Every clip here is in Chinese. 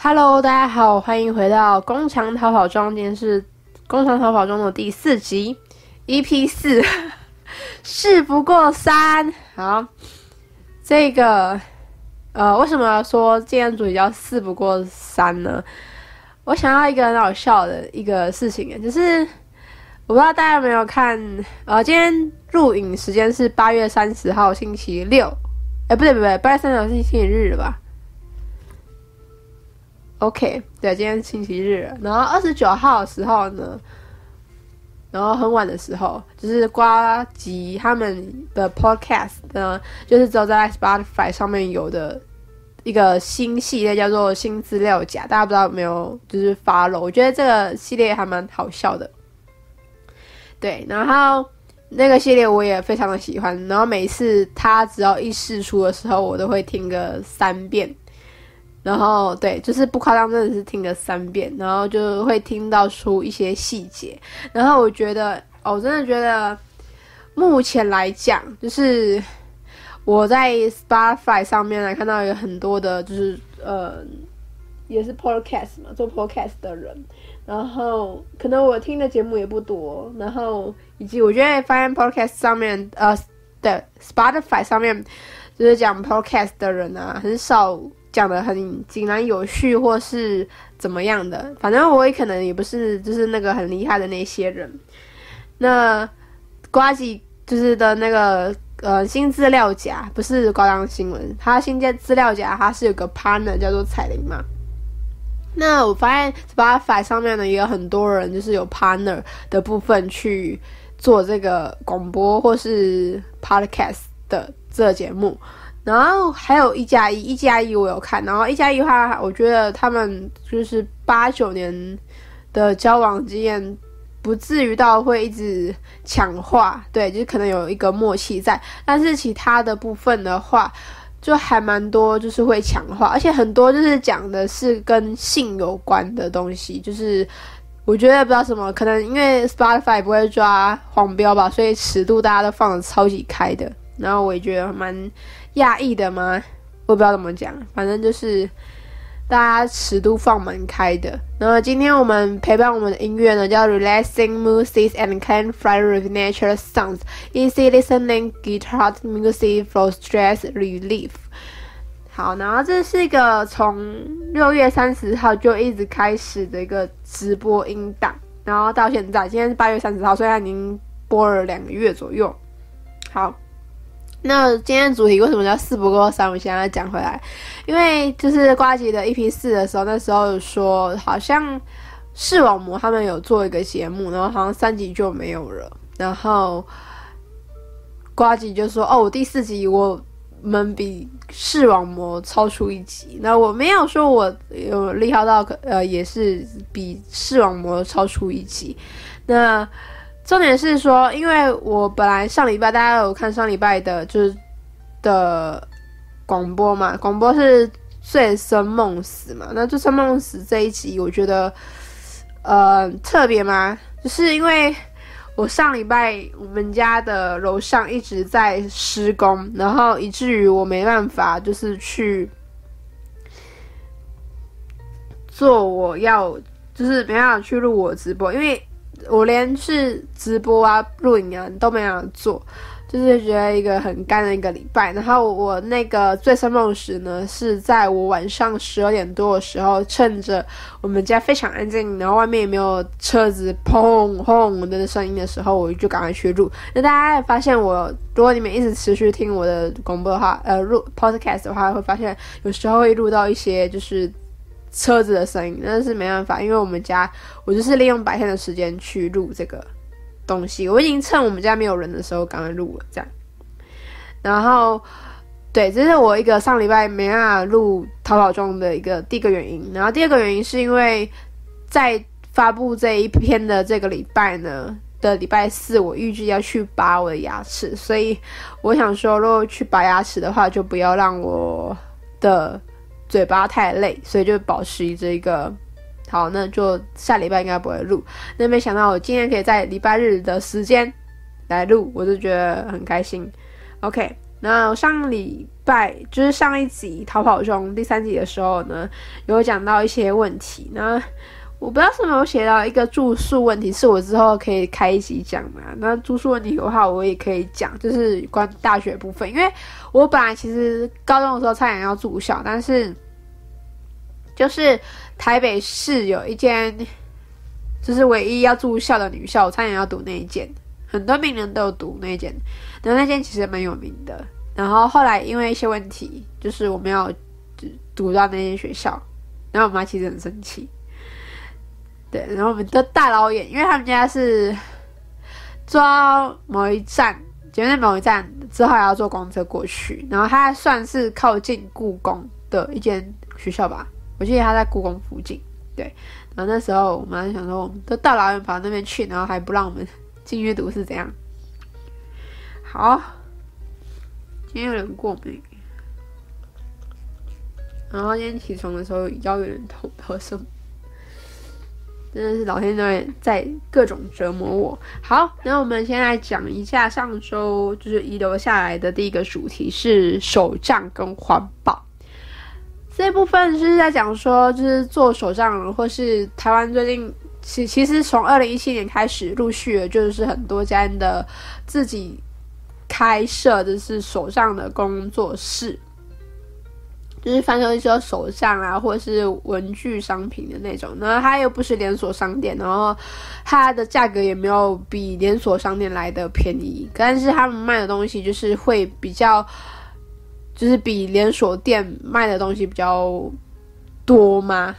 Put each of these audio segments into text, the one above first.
Hello，大家好，欢迎回到工厂逃跑中，今天是工厂逃跑中的第4集 EP4 事不过三。好，这个为什么说今天主题叫事不过三呢？我想到一个很好笑的一个事情，就是我不知道大家有没有看，今天录影时间是8月30号星期六，不对，8月30号是星期日了吧？OK， 对，今天是星期日了，然后29号的时候呢，然后很晚的时候，就是呱吉他们的 podcast 呢，就是只有在 Spotify 上面有的一个新系列叫做新资料夹，大家不知道有没有就是 follow， 我觉得这个系列还蛮好笑的。对，然后那个系列我也非常的喜欢，然后每一次他只要一释出的时候，我都会听个3遍。然后对，就是不夸张，真的是听了3遍，然后就会听到出一些细节。然后我觉得，我真的觉得，目前来讲，就是我在 Spotify 上面来看到有很多的，就是也是 podcast 嘛，做 podcast 的人。然后可能我听的节目也不多，然后以及我觉得发现 podcast 上面，对 Spotify 上面就是讲 podcast 的人啊，很少讲的很井然有序或是怎么样的，反正我也可能也不是就是那个很厉害的那些人。那呱吉就是的那个新资料夹，不是高档新闻，他新资料夹他是有个 partner 叫做彩铃嘛。那我发现 Spotify 上面呢也有很多人就是有 partner 的部分去做这个广播或是 podcast 的这个节目。然后还有1+1我有看，然后1+1的话，我觉得他们就是8、9年的交往经验，不至于到会一直抢话，对，就是可能有一个默契在。但是其他的部分的话，就还蛮多，就是会抢话，而且很多就是讲的是跟性有关的东西，就是我觉得不知道什么，可能因为 Spotify 不会抓黄标吧，所以尺度大家都放得超级开的。然后我也觉得蛮讶异的嘛，我不知道怎么讲，反正就是大家尺度放蛮开的。然后今天我们陪伴我们的音乐呢，叫 Relaxing Music and Campfire with Nature Sounds, Easy Listening Guitar Music for Stress Relief。好，然后这是一个从6月30号就一直开始的一个直播音档，然后到现在，今天是8月30号，所以它已经播了2个月左右。好。那今天的主题为什么叫事不过三？我现在讲回来，因为就是呱吉的 EP4 的时候，那时候有说好像视网膜他们有做一个节目，然后好像3集就没有了，然后呱吉就说我第4集我们比视网膜超出1集，那我没有说我有厉害到也是比视网膜超出1集，那重点是说，因为我本来上礼拜大家有看上礼拜的就是的广播嘛，广播是醉生梦死嘛，那醉生梦死这一集我觉得特别嘛，就是因为我上礼拜我们家的楼上一直在施工，然后以至于我没办法就是去做我要就是没办法去录我直播，因为我连是直播啊、录影啊都没有做，就是觉得一个很干的一个礼拜。然后我那个醉生梦死呢，是在我晚上12点多的时候，趁着我们家非常安静，然后外面也没有车子砰轰的声音的时候，我就赶快去录。那大家也发现我，如果你们一直持续听我的广播的话，录 podcast 的话，会发现有时候会录到一些就是车子的声音，但是没办法，因为我们家我就是利用白天的时间去录这个东西，我已经趁我们家没有人的时候赶快录了这样。然后对，这是我一个上礼拜没办法录逃跑中的第一个原因。然后第二个原因是因为在发布这一篇的这个礼拜呢的礼拜4，我预计要去拔我的牙齿，所以我想说如果去拔牙齿的话，就不要让我的嘴巴太累，所以就保持这个好，那就下礼拜应该不会录。那没想到我今天可以在礼拜日的时间来录，我就觉得很开心。OK， 那我上礼拜就是上一集逃跑中第3集的时候呢，有讲到一些问题。那我不知道是没有写到一个住宿问题，是我之后可以开一集讲嘛？那住宿问题的话，我也可以讲，就是关于大学部分。因为我本来其实高中的时候差点要住校，但是就是台北市有一间就是唯一要住校的女校，我差点要读那一间，很多名人都有读那一间，然后那间其实蛮有名的。然后后来因为一些问题，就是我没有读到那间学校，然后我妈其实很生气。对，然后我们都大老远，因为他们家是坐到某一站，前面某一站之后还要坐公车过去，然后它算是靠近故宫的一间学校吧，我记得它在故宫附近。对，然后那时候我妈想说，我们都大老远跑到那边去，然后还不让我们进去读是怎样？好，今天有点过敏，然后今天起床的时候腰有点痛，不知道什么。真的是老天在各种折磨我。好，那我们先来讲一下上周就是遗留下来的第一个主题是手账跟环保。这部分是在讲说，就是做手账人，或是台湾最近其实从2017年开始，陆续的就是很多家的自己开设的是手账的工作室。就是贩售一些手账啊，或者是文具商品的那种，然后它又不是连锁商店，然后它的价格也没有比连锁商店来的便宜，但是他们卖的东西就是会比较，就是比连锁店卖的东西比较多嘛，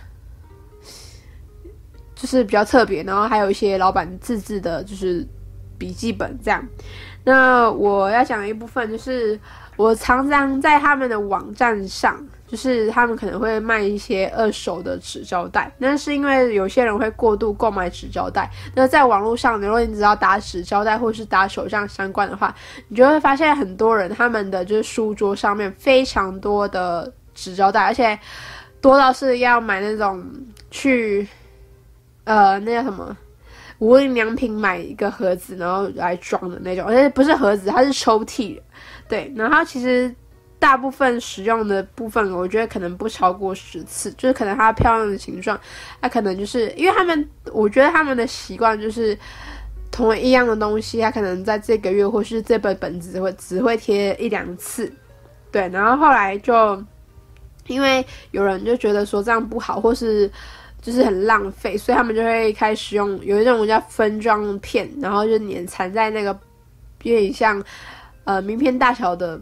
就是比较特别，然后还有一些老板自制的，就是笔记本这样。那我要讲的一部分就是我常常在他们的网站上，就是他们可能会卖一些2手的纸胶带，那是因为有些人会过度购买纸胶带。那在网络上，如果你只要打纸胶带或是打手账相关的话，你就会发现很多人他们的就是书桌上面非常多的纸胶带，而且多到是要买那种去那叫什么无印良品买一个盒子然后来装的那种，而且不是盒子，它是抽屉。对，然后其实大部分使用的部分，我觉得可能不超过10次，就是可能它漂亮的形状，它可能就是因为他们，我觉得他们的习惯就是同一样的东西，它可能在这个月或是这本本子只会贴1-2次。对，然后后来就因为有人就觉得说这样不好，或是就是很浪费，所以他们就会开始用有一种叫分装片，然后就粘缠在那个有点像名片大小的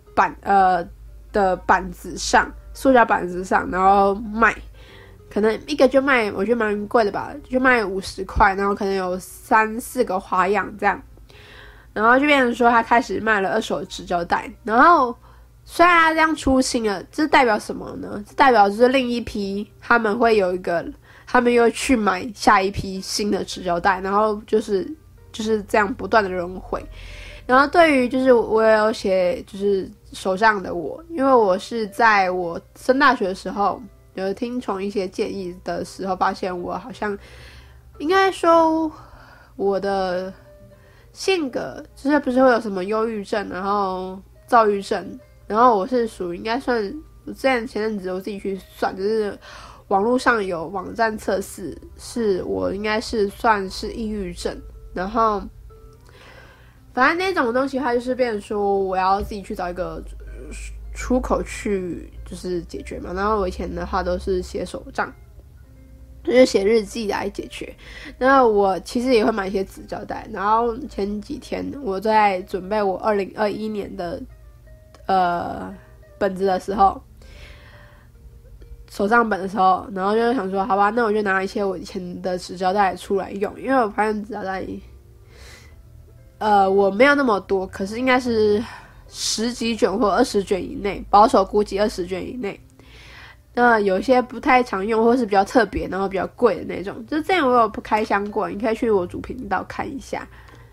板子上，塑胶板子上，然后卖，可能一个就卖，我觉得蛮贵的吧，就卖50块，然后可能有3-4个花样这样，然后就变成说他开始卖了2手纸胶带，然后虽然他这样出清了，这代表什么呢？这代表就是另一批他们会有一个，他们又去买下一批新的纸胶带，然后就是这样不断的轮回。然后对于就是我也有写就是手账的我，因为我是在我升大学的时候有听从一些建议的时候，发现我好像应该说我的性格就是不是会有什么忧郁症，然后躁郁症，然后我是属于应该算，我前阵子我自己去算，就是网络上有网站测试，是我应该是算是抑郁症，然后反正那种东西它就是变成说我要自己去找一个出口去就是解决嘛，然后我以前的话都是写手账，就是写日记来解决。那我其实也会买一些纸胶带，然后前几天我在准备我2021年的本子的时候，手账本的时候，然后就想说好吧，那我就拿一些我以前的纸胶带出来用，因为我发现纸胶带我没有那么多，可是应该是10几卷或20卷以内，保守估计20卷以内。那有一些不太常用或是比较特别然后比较贵的那种，就是之前我有开箱过，你可以去我主频道看一下。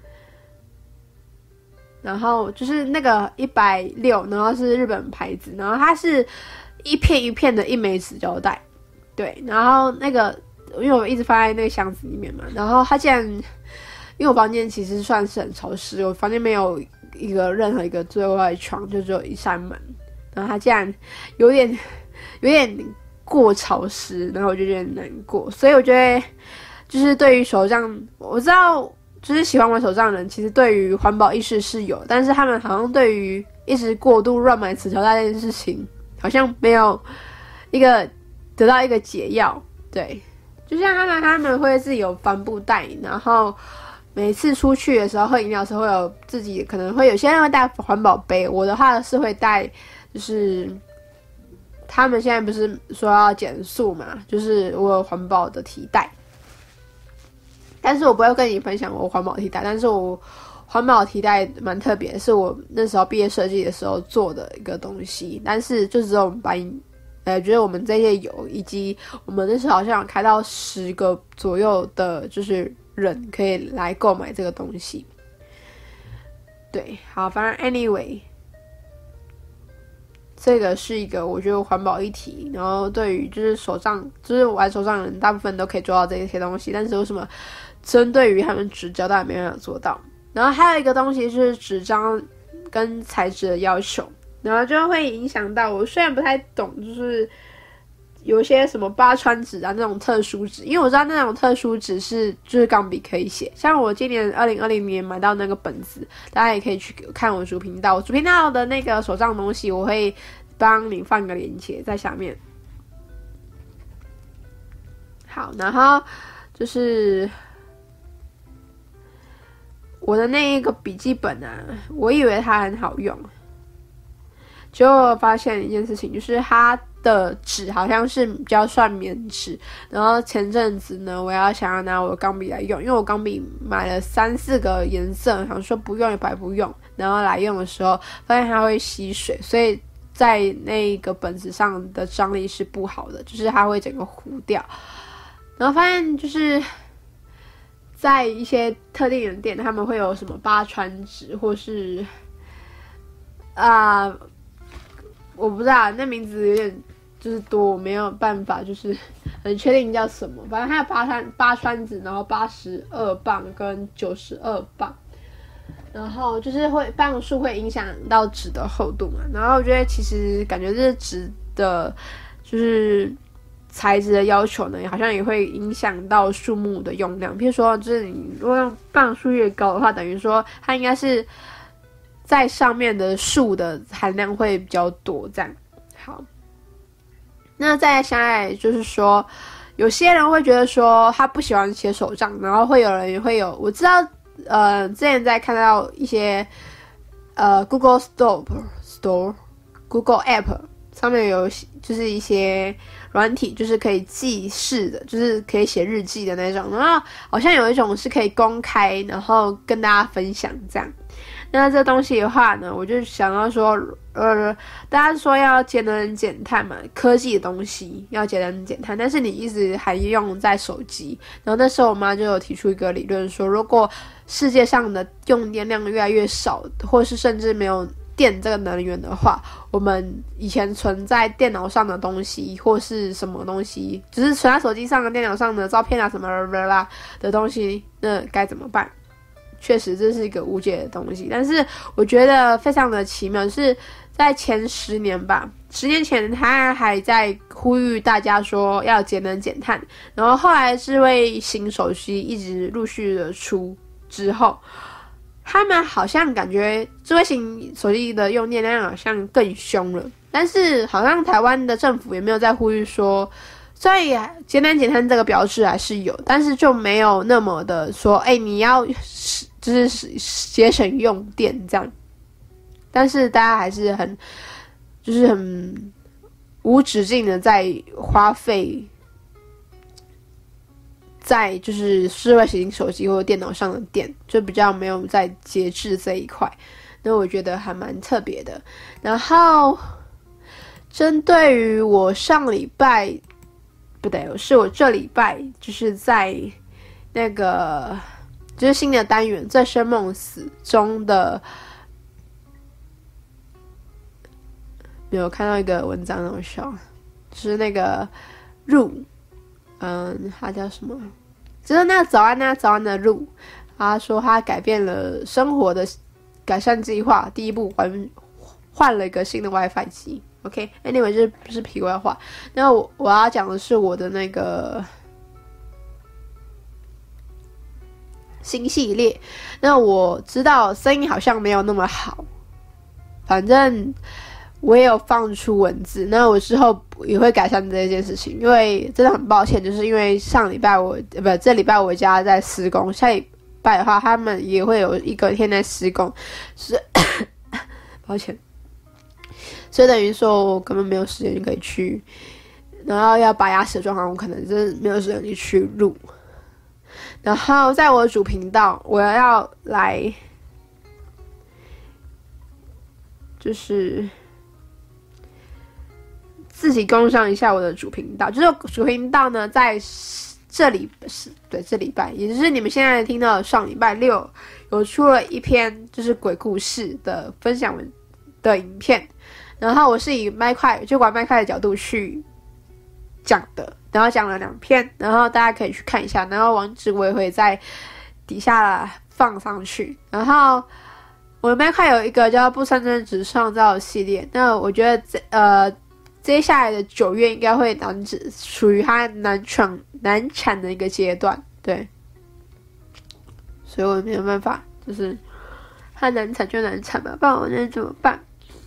然后就是那个160，然后是日本牌子，然后它是一片一片的一枚纸胶带，对，然后那个因为我一直放在那个箱子里面嘛，然后它竟然因因为我房间其实算是很潮湿，我房间没有任何一个最外窗，就只有一扇门，然后它竟然有点过潮湿，然后我就有点难过，所以我觉得就是对于手账，我知道就是喜欢玩手账的人，其实对于环保意识是有，但是他们好像对于一直过度乱买纸条带这件事情，好像没有得到一个解药。对，就像他们会自己有帆布袋，然后每次出去的时候喝饮料的时候会有自己，可能会有些人会带环保杯，我的话是会带，就是他们现在不是说要减速嘛，就是我有环保的提袋，但是我不会跟你分享我环保提袋，但是我环保提袋蛮特别，是我那时候毕业设计的时候做的一个东西，但是就只有我们班觉得我们这些有，以及我们那时候好像有开到10个左右的，就是人可以来购买这个东西。对，好，反正 anyway， 这个是一个我觉得环保议题，然后对于就是手账，就是玩手账的人，大部分都可以做到这些东西，但是为什么针对于他们纸胶带没办法做到？然后还有一个东西就是纸张跟材质的要求。然后就会影响到我，虽然不太懂，就是有一些什么八川纸啊那种特殊纸，因为我知道那种特殊纸就是钢笔可以写。像我今年2020年买到那个本子，大家也可以去看我主频道，我主频道的那个手账东西，我会帮你放个链接在下面。好，然后就是我的那一个笔记本啊，我以为它很好用。结果发现一件事情，就是它的纸好像是比较算棉纸。然后前阵子呢，我想要拿我的钢笔来用，因为我钢笔买了3-4个颜色，想说不用也白不用。然后来用的时候，发现它会吸水，所以在那个本子上的张力是不好的，就是它会整个糊掉。然后发现就是在一些特定的店，他们会有什么八川纸，或是我不知道那名字有点就是多，我没有办法就是很确定叫什么。反正它有八川纸，然后82磅跟92磅，然后就是磅数会影响到纸的厚度嘛。然后我觉得其实感觉这纸的，就是材质的要求呢，好像也会影响到树木的用量。譬如说，就是你如果用磅数越高的话，等于说它应该是在上面的树的含量会比较多，这样。好，那再下来就是说，有些人会觉得说他不喜欢写手账，然后会有人会有，我知道，之前在看到一些Google Store、Google App 上面有就是一些软体，就是可以记事的，就是可以写日记的那种，然后好像有一种是可以公开，然后跟大家分享这样。那这东西的话呢，我就想到说，大家说要节能减碳嘛，科技的东西要节能减碳，但是你一直还用在手机。然后那时候我妈就有提出一个理论说，如果世界上的用电量越来越少，或是甚至没有电这个能源的话，我们以前存在电脑上的东西或是什么东西，只是存在手机上的电脑上的照片啊什么啦的东西，那该怎么办？确实这是一个无解的东西，但是我觉得非常的奇妙，是在前10年吧，10年前他还在呼吁大家说要节能减碳，然后后来智慧型手机一直陆续的出之后，他们好像感觉智慧型手机的用电量好像更凶了，但是好像台湾的政府也没有在呼吁说，所以节能减碳这个标志还是有，但是就没有那么的说，你要就是节省用电这样。但是大家还是很无止境的在花费在就是智慧型手机或电脑上的电，就比较没有在节制这一块，那我觉得还蛮特别的。然后针对于我上礼拜不对，是我这礼拜就是在那个就是新的单元醉生梦死中的，没有看到一个文章很好笑，就是那个入它叫什么，就是那个早安的入， 他说他改变了生活的改善计划，第一步换了一个新的 WiFi 机。OK，anyway，这不是题外话。那我要讲的是我的那个新系列。那我知道声音好像没有那么好，反正我也有放出文字。那我之后也会改善这件事情，因为真的很抱歉，就是因为这礼拜我家在施工，下礼拜的话他们也会有一个天在施工，抱歉。所以等于说我根本没有时间可以去，然后要把牙齿装好，我可能真的没有时间去录。然后在我的主频道，我要来就是自己工商一下我的主频道，就是主频道呢，在这礼拜，也就是你们现在听到的上礼拜六，有出了一篇就是鬼故事的分享文的影片。然后我是以麦块的角度去讲的，然后讲了2篇，然后大家可以去看一下，然后网址我也会在底下放上去。然后我的麦块有一个叫不三真只创造系列，那我觉得接下来的9月应该会属于它难产的一个阶段，对，所以我没有办法，就是它难产就难产吧，不然我能怎么办？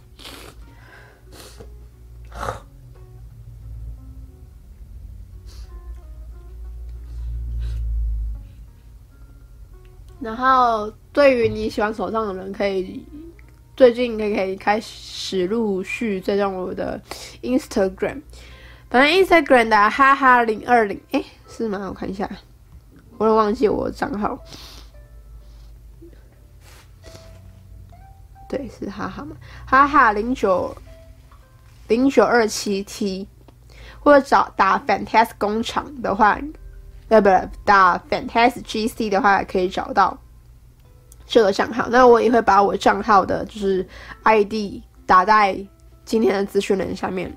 然后对于你喜欢手账的人，最近可以开始陆续追踪我的 Instagram， 反正 Instagram 的哈哈020，是吗？我看一下，我都忘记我的账号，对，是哈哈嘛，哈哈0927T， 或者打 Fantastic 工厂的话。不打 Fantastic GC 的话可以找到这个账号。那我也会把我账号的就是 ID 打在今天的资讯栏下面，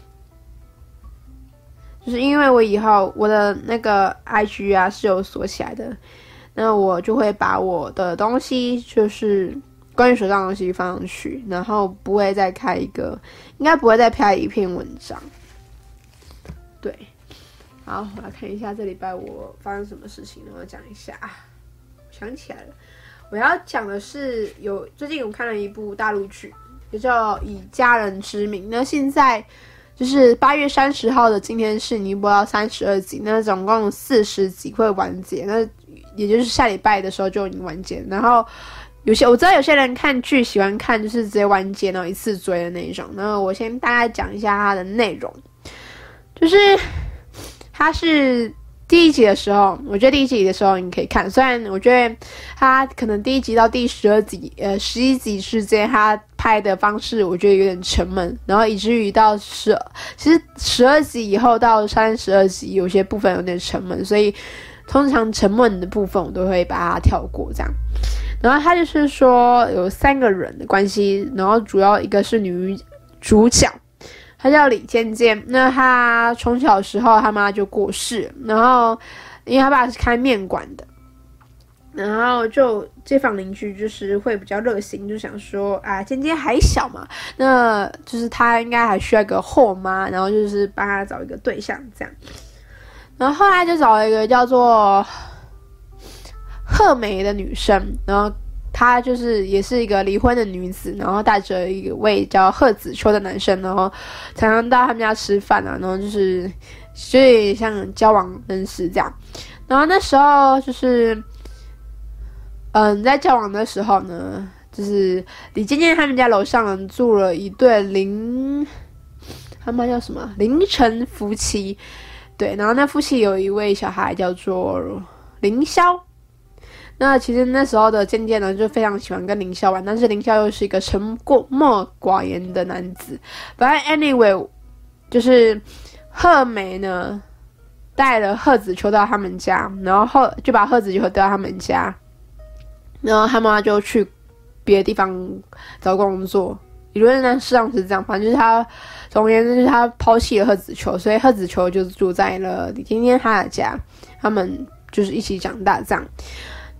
就是因为我以后我的那个 IG 啊是有锁起来的，那我就会把我的东西就是关于手账的东西放上去，然后不会再应该不会再拍一篇文章。对。好，我来看一下这礼拜我发生什么事情，然后讲一下。想起来了，我要讲的是最近我看了一部大陆剧，就叫《以家人之名》。那现在就是8月30号的今天是已经播到32集，那总共40集会完结，那也就是下礼拜的时候就已经完结。然后我知道有些人看剧喜欢看就是直接完结然后一次追的那一种。那我先大概讲一下它的内容，就是它是第1集的时候，我觉得第1集的时候你可以看，虽然我觉得它可能第1集到第11集之间，它拍的方式我觉得有点沉闷，然后以至于到其实12集以后到32集有些部分有点沉闷，所以通常沉闷的部分我都会把它跳过这样。然后它就是说有3个人的关系，然后主要一个是女主角。他叫李尖尖，那他从小的时候他妈就过世，然后因为他爸是开面馆的，然后就街坊邻居就是会比较热心，就想说啊，尖尖还小嘛，那就是他应该还需要一个后妈，然后就是帮他找一个对象这样。然后后来就找了一个叫做贺梅的女生，然后她就是也是一个离婚的女子，然后带着一位叫贺子秋的男生，然后常常到他们家吃饭啊，然后就是像交往认识这样。然后那时候就是在交往的时候呢，就是李尖尖他们家楼上住了一对他们叫什么凌晨夫妻，对，然后那夫妻有一位小孩叫做凌霄。那其实那时候的尖尖呢，就非常喜欢跟凌霄玩，但是凌霄又是一个沉默寡言的男子。反正 anyway， 就是贺梅呢带了贺子秋到他们家，然后就把贺子秋带到他们家，然后他妈就去别的地方找工作。理论上是这样，反正就是他，总而言之，就是他抛弃了贺子秋，所以贺子秋就住在了李尖尖他的家，他们就是一起长大这样。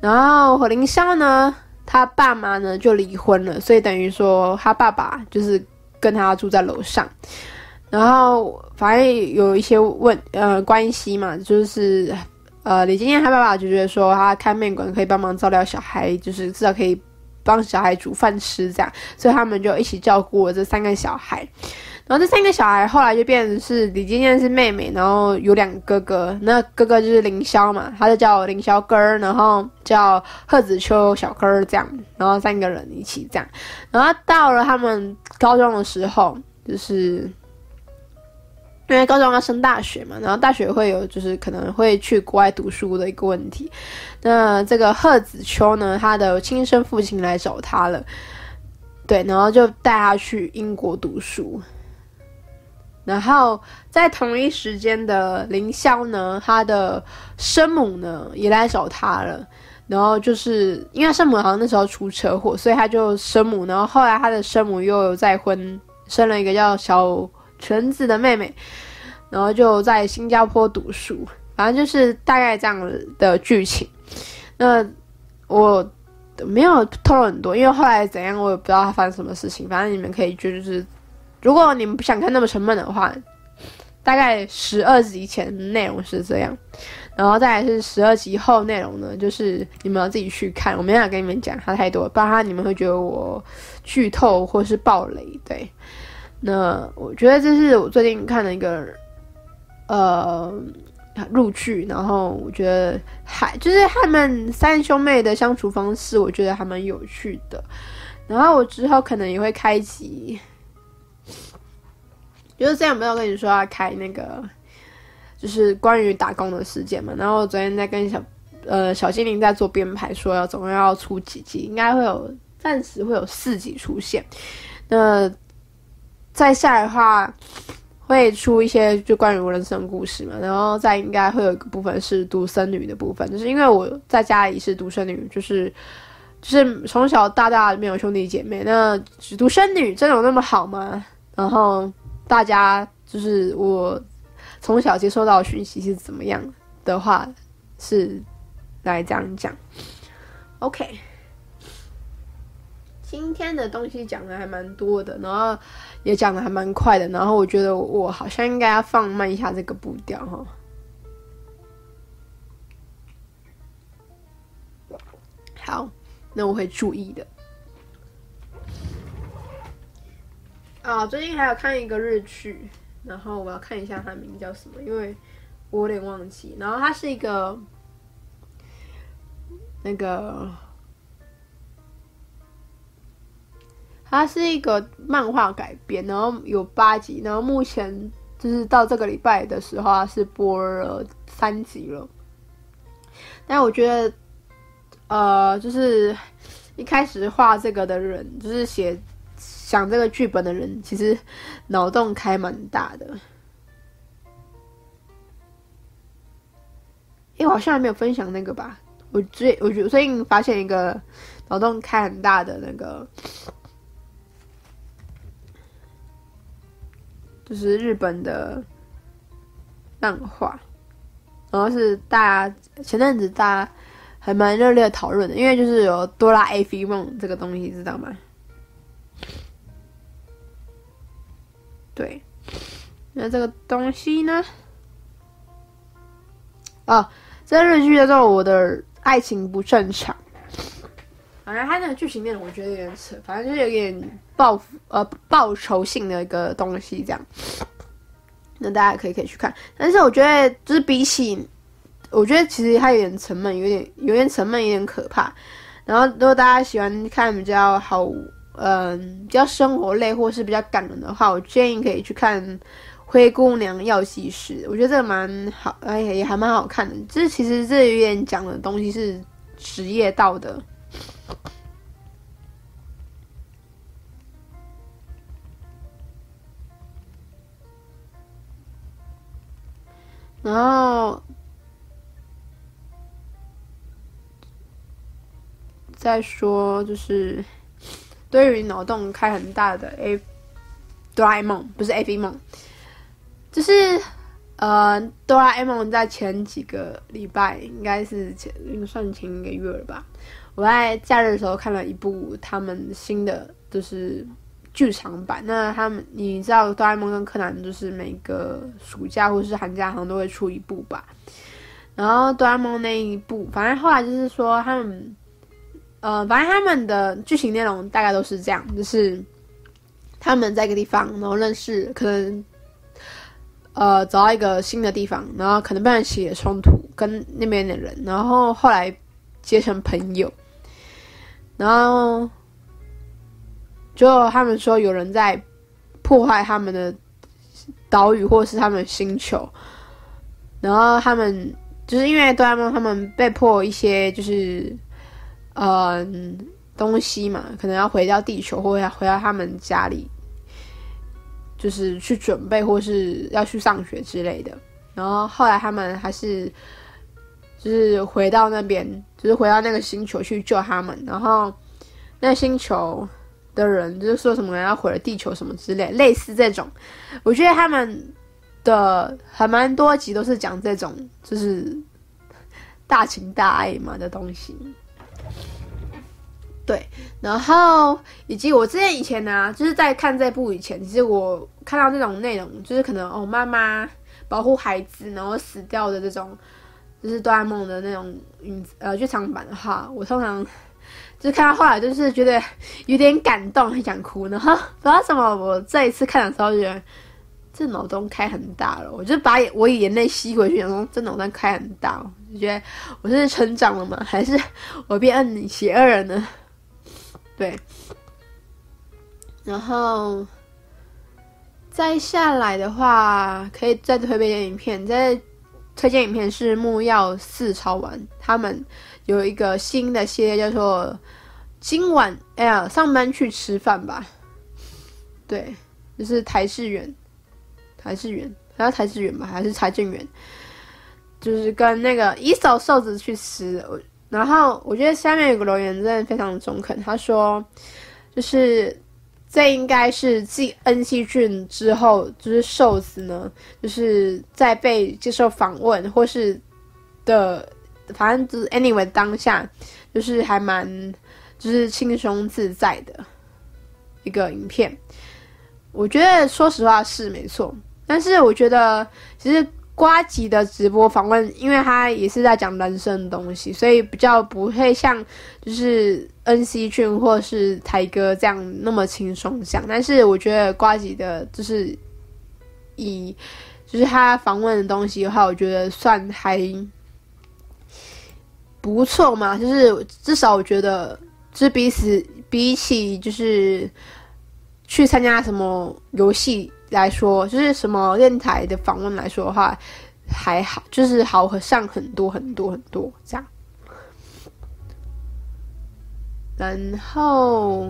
然后凌霄呢，他爸妈呢就离婚了，所以等于说他爸爸就是跟他住在楼上。然后反正有一些关系嘛，就是李金燕他爸爸就觉得说他开面馆可以帮忙照料小孩，就是至少可以帮小孩煮饭吃这样，所以他们就一起照顾了这3个小孩。然后这3个小孩后来就变成是李金燕是妹妹，然后有2个哥哥，那哥哥就是凌霄嘛，他就叫凌霄哥儿，然后叫贺子秋小哥儿这样，然后3个人一起这样。然后到了他们高中的时候，就是因为高中要升大学嘛，然后大学会有就是可能会去国外读书的一个问题。那这个贺子秋呢，他的亲生父亲来找他了，对，然后就带他去英国读书。然后在同一时间的凌霄呢，他的生母呢也来找他了。然后就是因为他生母好像那时候出车祸，所以他就生母，然后后来他的生母又有再婚，生了一个叫小橙子的妹妹，然后就在新加坡读书，反正就是大概这样的剧情。那我没有透露很多，因为后来怎样我也不知道他发生什么事情，反正你们可以就是如果你们不想看那么沉闷的话，大概12集前的内容是这样，然后再来是12集后内容呢，就是你们要自己去看，我没办法跟你们讲它太多，不然你们会觉得我剧透或是爆雷。对，那我觉得这是我最近看的一个陆剧，然后我觉得就是他们3兄妹的相处方式，我觉得还蛮有趣的。然后我之后可能也会开集，就是之前没有跟你说要开那个，就是关于打工的事件嘛。然后我昨天在跟小精灵在做编排，说总共要出几集，应该会有暂时会有4集出现。那再下来的话，会出一些就关于我人生的故事嘛，然后再应该会有一个部分是独生女的部分，就是因为我在家里是独生女，就是从小到大没有兄弟姐妹，那独生女真的有那么好吗？然后大家就是我从小接收到的讯息是怎么样的话，是来这样讲。OK， 今天的东西讲的还蛮多的，然后也讲的还蛮快的，然后我觉得我好像应该要放慢一下这个步调哈。好，那我会注意的。最近还有看一个日剧，然后我要看一下它的名字叫什么，因为我有点忘记。然后它是一个它是一个漫画改编，然后有8集，然后目前就是到这个礼拜的时候，它是播了3集了。但我觉得，就是一开始画这个的人，就是想这个剧本的人，其实脑洞开蛮大的。我好像还没有分享那个吧？我最近发现一个脑洞开很大的那个，就是日本的漫画，然后是前阵子大家还蛮热烈的讨论的，因为就是有哆啦 A 梦这个东西，知道吗？对，那这个东西呢？这日剧叫做《我的爱情不正常》。反正它那个剧情内容我觉得有点扯，反正就是有点报仇性的一个东西这样。那大家可以去看，但是我觉得就是比起，我觉得其实它有点沉闷，有点沉闷，有点可怕。然后如果大家喜欢看比较比较生活类或是比较感人的话，我建议可以去看《灰姑娘药剂师》，我觉得这个蛮好，也还蛮好看的。就是其实这有点讲的东西是职业道德。然后再说就是对于脑洞开很大的哆啦 A 梦，不是 A 梦，就是哆啦 A 梦在前几个礼拜，应该是算前一个月了吧，我在假日的时候看了一部他们新的就是剧场版。那你知道哆啦 A 梦跟柯南就是每个暑假或是寒假好像都会出一部吧。然后哆啦 A 梦那一部，反正后来就是说他们，反正他们的剧情内容大概都是这样，就是他们在一个地方，然后认识，可能走到一个新的地方，然后可能被人起了冲突，跟那边的人，然后后来结成朋友，然后就他们说有人在破坏他们的岛屿或是他们的星球，然后他们就是因为哆啦 A 梦他们被迫一些就是东西嘛，可能要回到地球或者要回到他们家里，就是去准备或是要去上学之类的。然后后来他们还是就是回到那边，就是回到那个星球去救他们。然后那个星球的人就是说什么要毁了地球什么之类，类似这种。我觉得他们的还蛮多集都是讲这种就是大情大爱嘛的东西。对，然后以及我以前呢，就是在看这部以前，其实我看到这种内容，就是可能妈妈保护孩子然后死掉的这种，就是哆啦 A 梦的那种剧场版的话，我通常就是看到后来就是觉得有点感动，很想哭。然后不知道什么，我这一次看的时候就觉得这脑洞开很大了，我就把我眼泪吸回去，想说这脑洞开很大，就觉得我是成长了吗？还是我变邪恶人呢？对，然后再下来的话，可以再推荐影片。再推荐影片是木曜4超玩，他们有一个新的系列叫做今晚上班去吃饭吧。对，就是台志远，还要台志远吧，还是财政员，就是跟那个一手瘦子去吃。然后我觉得下面有个留言真的非常中肯，他说就是这应该是继恩熙俊之后，就是瘦子呢，就是在被接受访问或是的，反正就是 anyway 当下就是还蛮就是轻松自在的一个影片。我觉得说实话是没错，但是我觉得其实呱吉的直播访问，因为他也是在讲人生的东西，所以比较不会像就是恩熙俊或是台哥这样那么轻松讲。但是我觉得呱吉的就是就是他访问的东西的话，我觉得算还不错嘛，就是至少我觉得就是比起就是去参加什么游戏来说，就是什么电台的访问来说的话，还好，就是好上很多很多很多这样。然后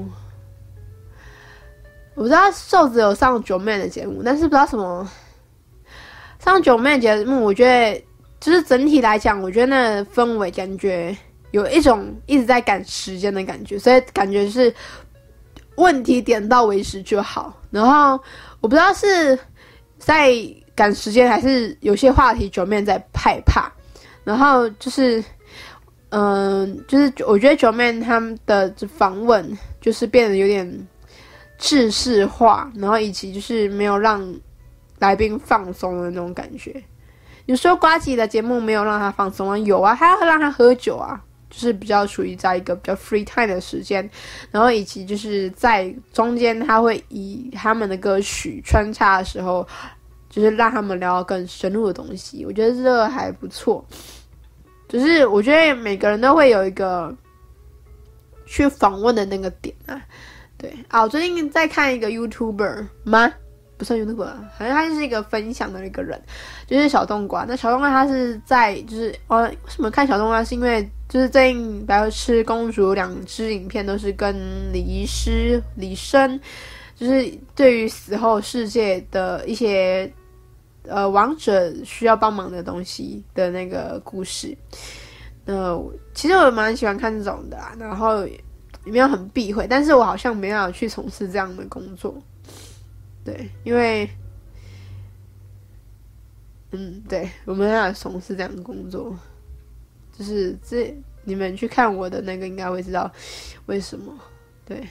我知道瘦子有上九妹的节目，但是不知道什么上九妹的节目，我觉得就是整体来讲，我觉得那氛围感觉有一种一直在赶时间的感觉，所以感觉是问题点到为止就好。然后我不知道是在赶时间，还是有些话题九妹在害怕。然后就是就是我觉得九妹他们的访问就是变得有点制式化，然后以及就是没有让来宾放松的那种感觉。有时候呱吉的节目没有让他放松啊，有啊，还要让他喝酒啊，就是比较处于在一个比较 free time 的时间，然后以及就是在中间他会以他们的歌曲穿插的时候，就是让他们聊到更深入的东西，我觉得这个还不错。就是我觉得每个人都会有一个去访问的那个点啊。对啊，我最近在看一个 YouTuber 吗？不算 YouTuber， 好像他就是一个分享的一个人，就是小冬瓜。那小冬瓜他是在就是为什么看小冬瓜？是因为就是最近白痴公主2支影片都是跟李生，就是对于死后世界的一些亡者需要帮忙的东西的那个故事。其实我蛮喜欢看这种的啦，然后也没有很避讳，但是我好像没有去从事这样的工作。对，因为对，我们要从事这样的工作，就是你们去看我的那个应该会知道为什么。对，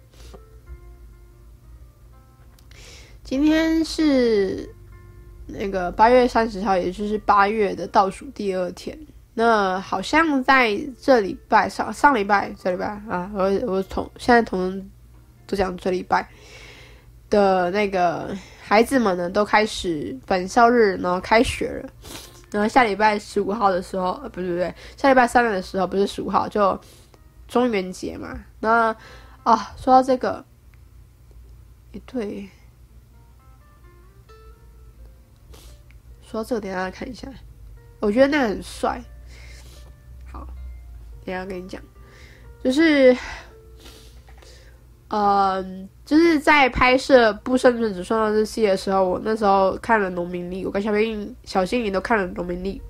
今天是那个8月30号，也就是8月的倒数第2天。那好像在这礼拜上礼拜这礼拜啊，我现在都讲这礼拜的那个孩子们呢，都开始返校日，然后开学了。然后下礼拜15号的时候，不对，下礼拜3的时候不是15号，就中元节嘛。那说到这个，对，说到这个，等一下来看一下，我觉得那个很帅。好，等一下跟你讲，就是就是在拍摄《不生存只创造日系》的时候，我那时候看了《农民历》，我跟小心灵都看了《农民历》，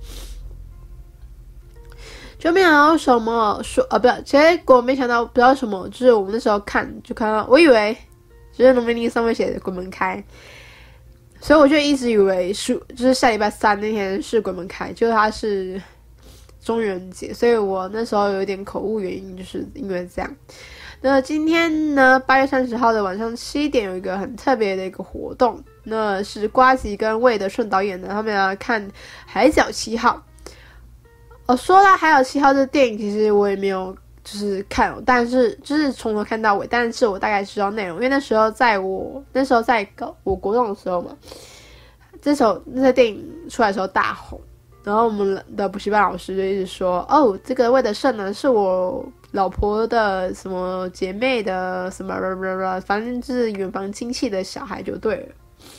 就没想到什么结果没想到不知道什么，就是我们那时候看到，我以为就是《农民历》上面写的鬼门开，所以我就一直以为就是下礼拜3那天是鬼门开，就是它是中元节，所以我那时候有点口误，原因就是因为这样。那今天呢，8月30号的晚上7点有一个很特别的一个活动，那是呱吉跟魏德顺导演呢，他们要看《海角7号》。说到《海角7号》这电影，其实我也没有就是看，但是就是从头看到尾，但是我大概知道内容，因为那时候在我国中的时候嘛，那电影出来的时候大红，然后我们的补习班老师就一直说，这个魏德胜呢是我老婆的什么姐妹的什么，反正就是远房亲戚的小孩就对了。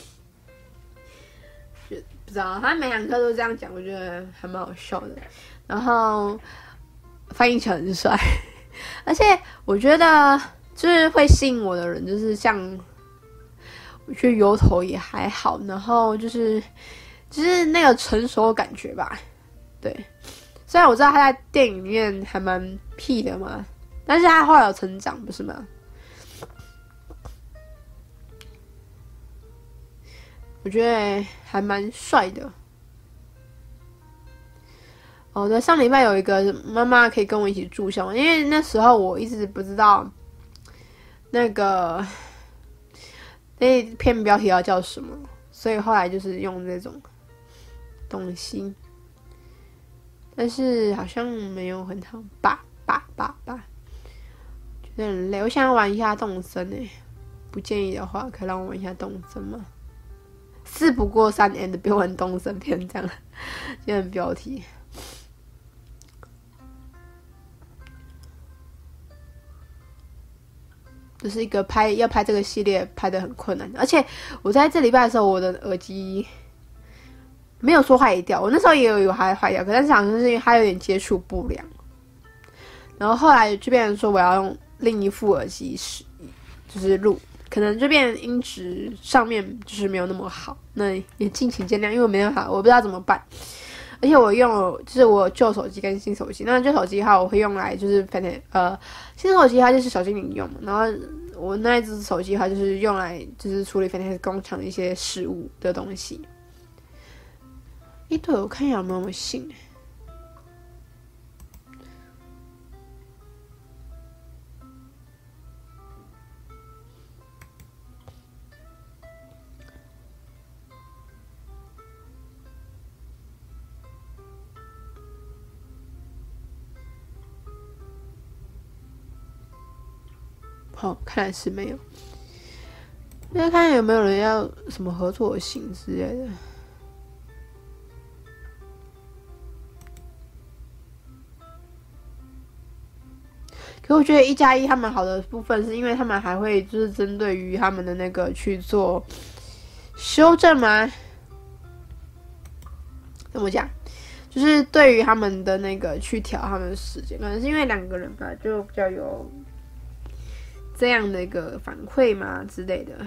就不知道他每堂课都这样讲，我觉得还蛮好笑的。然后翻译成很帅，而且我觉得就是会吸引我的人，就是像我觉得油头也还好，然后就是那个成熟的感觉吧。对，虽然我知道他在电影里面还蛮屁的嘛，但是他后来有成长，不是吗？我觉得还蛮帅的。对，上礼拜有一个妈妈可以跟我一起住校，因为那时候我一直不知道那篇标题要叫什么，所以后来就是用这种东西，但是好像没有很好，觉得很累。我想要玩一下动森诶，不建议的话可以让我玩一下动森吗？事不过3 and 别玩动森篇这样，今天标题。就是一个要拍这个系列拍得很困难，而且我在这礼拜的时候，我的耳机没有说坏掉，我那时候也有坏掉，但是好像是因为它有点接触不良，然后后来就变成说我要用另一副耳机就是录，可能就变音质上面就是没有那么好，那也敬请见谅，因为我没办法，我不知道怎么办。而且我就是我旧手机跟新手机，那旧手机的话我会用来就是新手机它就是小精灵用嘛，然后我那一只手机的话就是用来就是处理Fantasy工厂的一些事务的东西。对，我看一下有没有信。看来是没有。那看有没有人要什么合作信之类的。可我觉得1+1他们好的部分是因为他们还会就是针对于他们的那个去做修正吗？怎么讲？就是对于他们的那个去调他们的时间，可能是因为2个人吧，就比较有这样的一个反馈嘛之类的。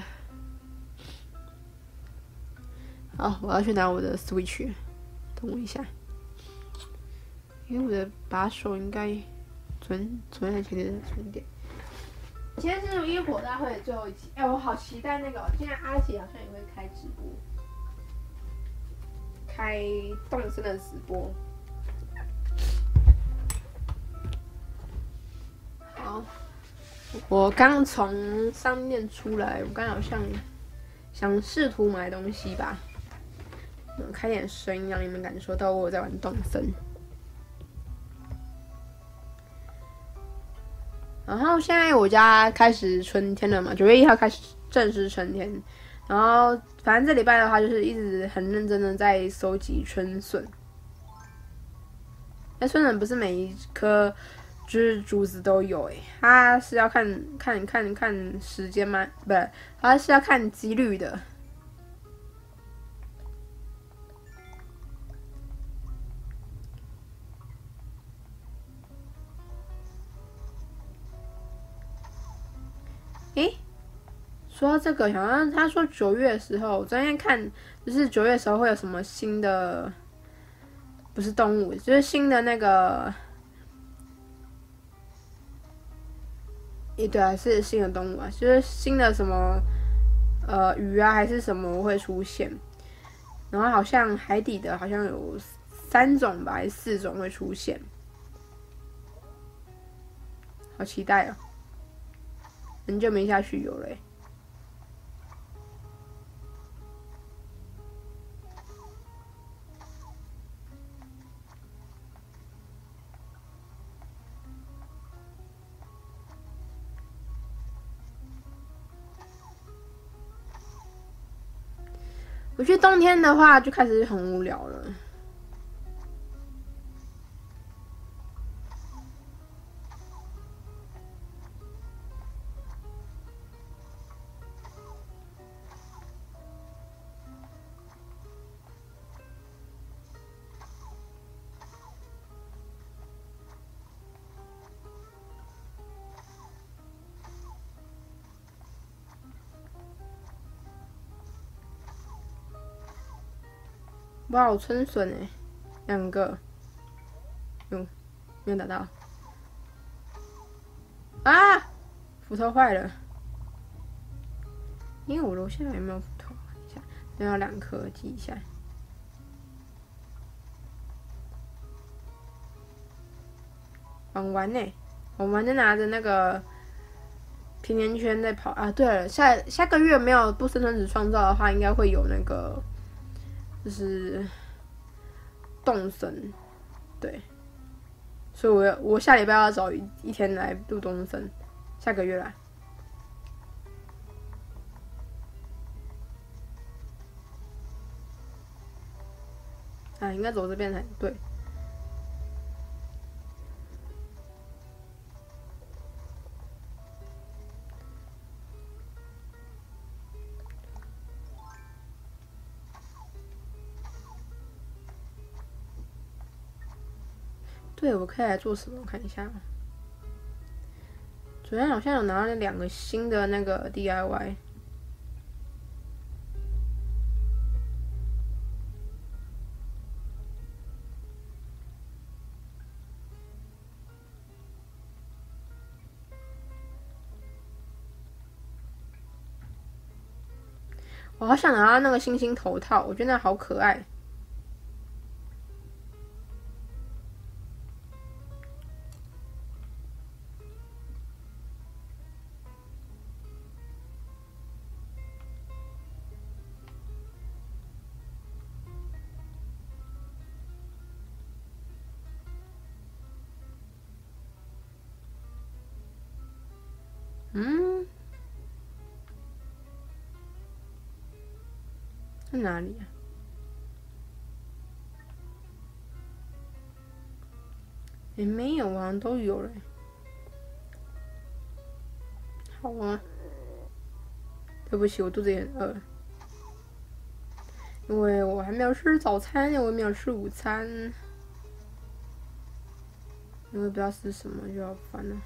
好，我要去拿我的 Switch， 等我一下，因为我的把手应该昨天还前天的充电。今天是烟火大会的最后一集，我好期待那个，今天阿姐好像也会开直播， 开动森的直播。好，我刚从商店出来，我刚好像想试图买东西吧，开点声音让你们感受到我有在玩动森。然后现在我家开始春天了嘛，9月1号开始正式春天。然后反正这礼拜的话，就是一直很认真的在收集春笋。那春笋不是每一颗就是竹子都有它是要看时间吗？不是，它是要看几率的。说到这个，好像他说9月的时候，我昨天看就是9月的时候会有什么新的，不是动物，就是新的那个，对啊，是新的动物啊，就是新的什么鱼啊还是什么会出现，然后好像海底的好像有3种吧，还是4种会出现，好期待哦！很久没下去游了我觉得冬天的话就开始很无聊了。哇，我春笋2个，没有打到啊！斧头坏了，因为我楼下有没有斧头？一下，要2颗，记一下。玩完我们在拿着那个甜甜圈在跑啊。对了，下个月没有不生存者创造的话，应该会有那个就是动森，对，所以我下礼拜要找一天来录动森，下个月来。应该走这边才对。对，我可以来做什么？我看一下。昨天好像有拿到2个新的那个 DIY。我好想拿到那个星星头套，我觉得那好可爱。在哪里啊？没有啊，都有了。好啊，对不起，我肚子也很饿，因为我还没有吃早餐，我也没有吃午餐，因为不知道吃什么就要烦了。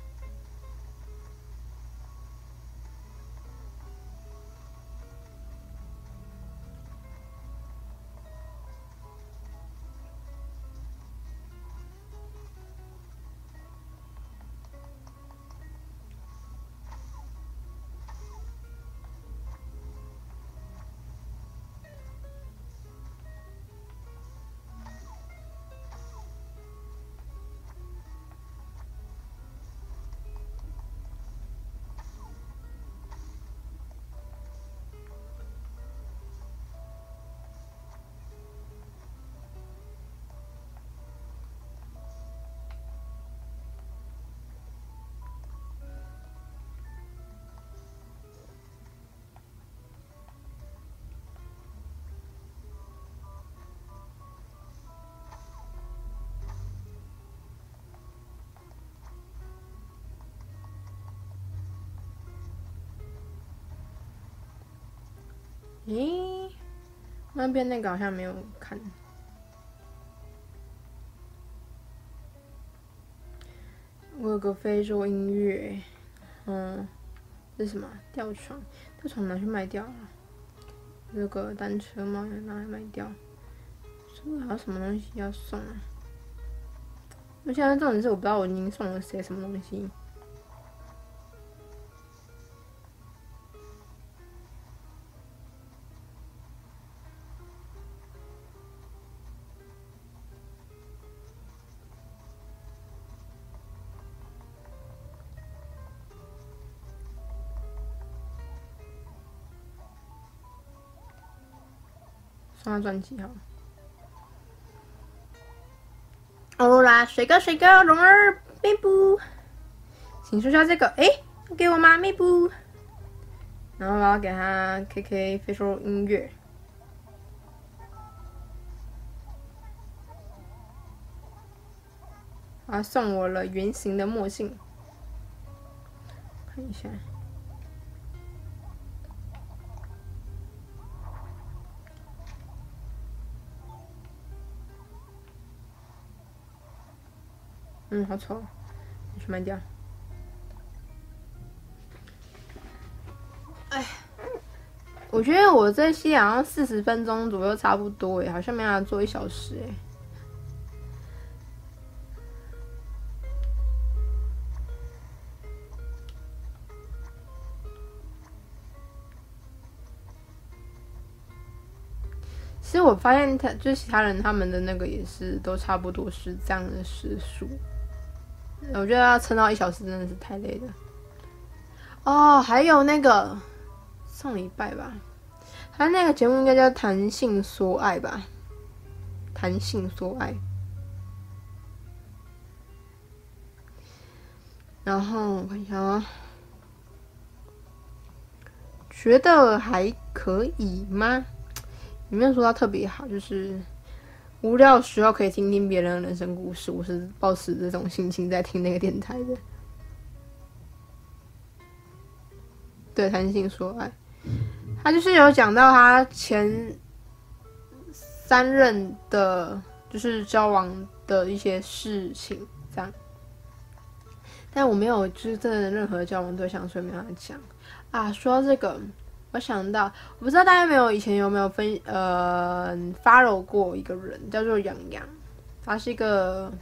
咦，那边那个好像没有看。我有个非洲音乐，这是什么？吊床，吊床拿去卖掉了。这个单车帽也拿来卖掉。这个还有什么东西要送啊？我现在重点是我不知道我已经送了谁什么东西。送他专辑好了。欧啦，水哥，蓉儿，咪布，请说下这个，给我吗？咪布。然后我要给他 KK 非洲音乐。他送我了圆形的墨镜，看一下。好丑，你去卖掉。我觉得我这期好像40分钟左右差不多好像没办法做1小时其实我发现就是其他人他们的那个也是都差不多是这样的时数。我觉得要撑到1小时真的是太累了。哦，还有那个上礼拜吧，他那个节目应该叫《谈性说爱》吧，《谈性说爱》。然后我看一下觉得还可以吗？也没有说到特别好，就是无聊的时候可以听听别人的人生故事。我是抱持这种心情在听那个电台的。对，谈性说爱，他就是有讲到他前3任的，就是交往的一些事情，这样。但我没有就是真的任何交往对象，所以没有讲啊。说到这个，我想到，我不知道大家以前有没有follow 过一个人，叫做杨洋，他是一个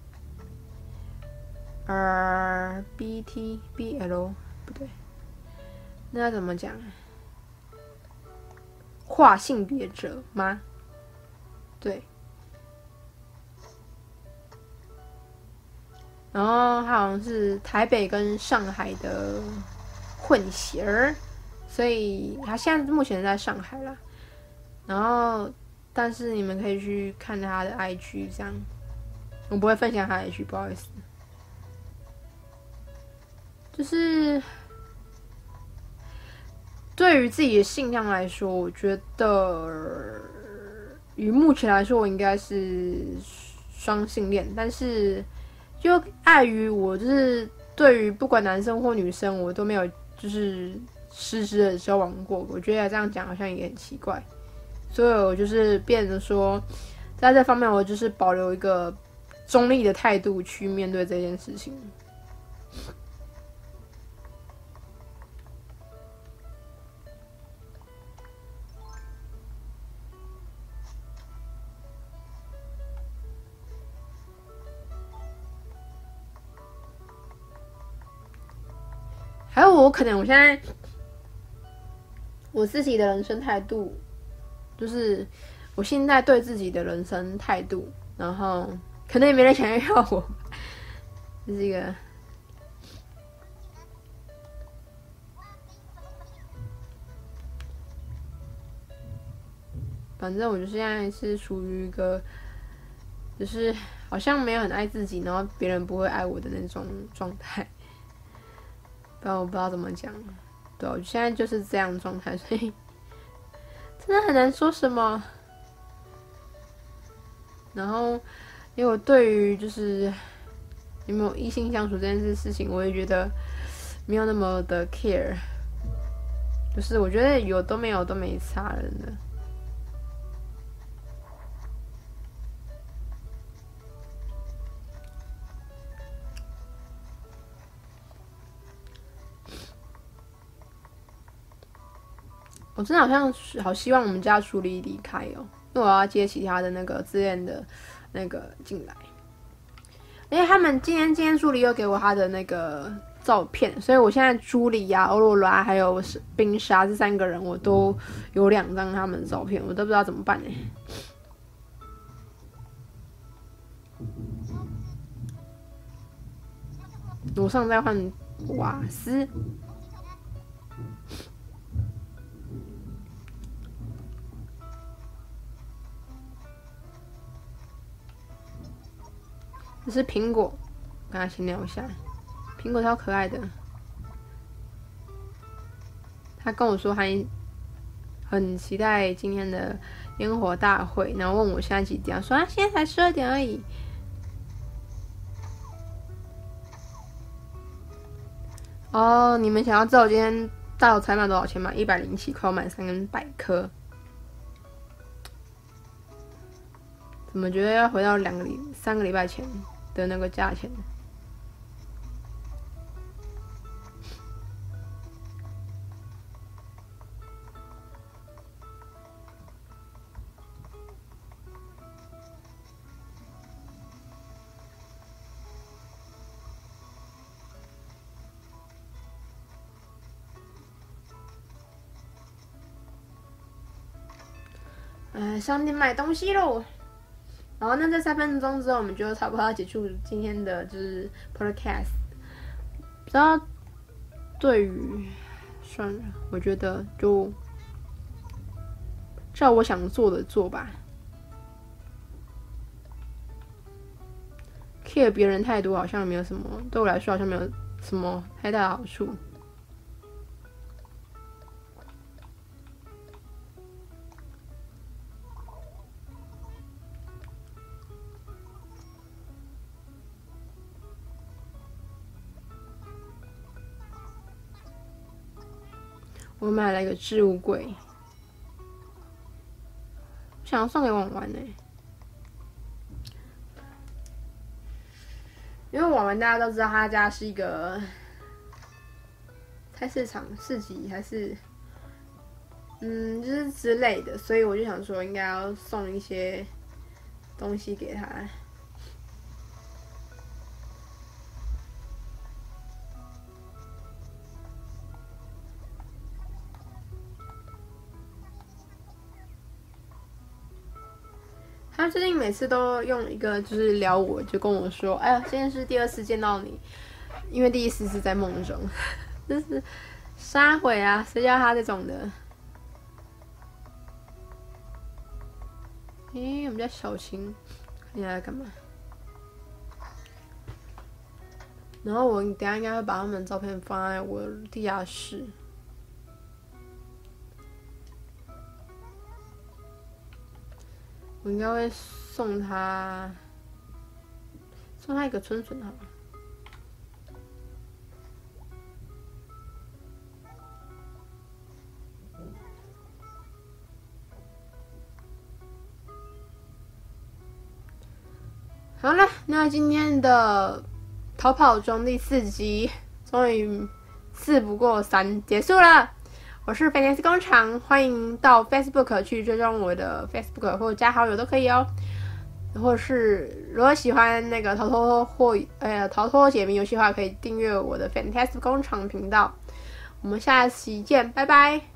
BL 不对，那要怎么讲？跨性别者吗？对。然后他好像是台北跟上海的混血儿，所以他现在目前在上海啦。然后，但是你们可以去看他的 IG， 这样。我不会分享他的 IG， 不好意思。就是对于自己的性向来说，我觉得以目前来说，我应该是双性恋，但是就碍于我就是对于不管男生或女生，我都没有就是实质的交往过，我觉得这样讲好像也很奇怪，所以我就是变成说，在这方面我就是保留一个中立的态度去面对这件事情。还有我可能我现在我自己的人生态度，就是我现在对自己的人生态度，然后可能也没人想要我，这是一个反正我就现在是处于一个就是好像没有很爱自己，然后别人不会爱我的那种状态。不然我不知道怎么讲，对，我现在就是这样的状态，所以真的很难说什么。然后，因为我对于就是有没有异性相处这件事情，我也觉得没有那么的 care。 就是我觉得有都没有都没差了呢。我真的好希望我们家助理离开哦，因为我要接其他的那个自恋的那个进来。因为他们今天助理又给我他的那个照片，所以我现在助理啊、欧罗拉还有冰沙这3个人，我都有2张他们的照片，我都不知道怎么办呢。楼上再换瓦斯。这是苹果，跟他先聊一下。苹果超可爱的，他跟我说他很期待今天的烟火大会，然后问我现在几点，说他现在才12点而已。哦，你们想要知道我今天大头才买多少钱吗？107块，我买300颗。怎么觉得要回到3个礼拜前的那个价钱？上店买东西喽。然后那在3分钟之后，我们就差不多要结束今天的就是 podcast。不知道对于算了，我觉得就照我想做的做吧。care 别人太多好像没有什么，对我来说好像没有什么太大的好处。我买了一个置物柜，想要送给婉婉呢，因为婉婉大家都知道，他家是一个菜市场、市集还是就是之类的，所以我就想说，应该要送一些东西给他。他最近每次都用一个就是聊我，就跟我说：“哎呀，今天是第2次见到你，因为第1次是在梦中。”就是杀毁啊，谁叫他这种的？我们家小晴，看你来干嘛？然后我等一下应该会把他们的照片放在我地下室。我应该会送他一个春笋好了。好了，那今天的逃跑中第4集终于4不过3结束了。我是菲尼斯工厂，欢迎到 Facebook 去追踪我的 Facebook 或者加好友都可以哦。或者是如果喜欢那个逃脱解谜游戏的话，可以订阅我的 Fantastic 工厂频道。我们下期见，拜拜。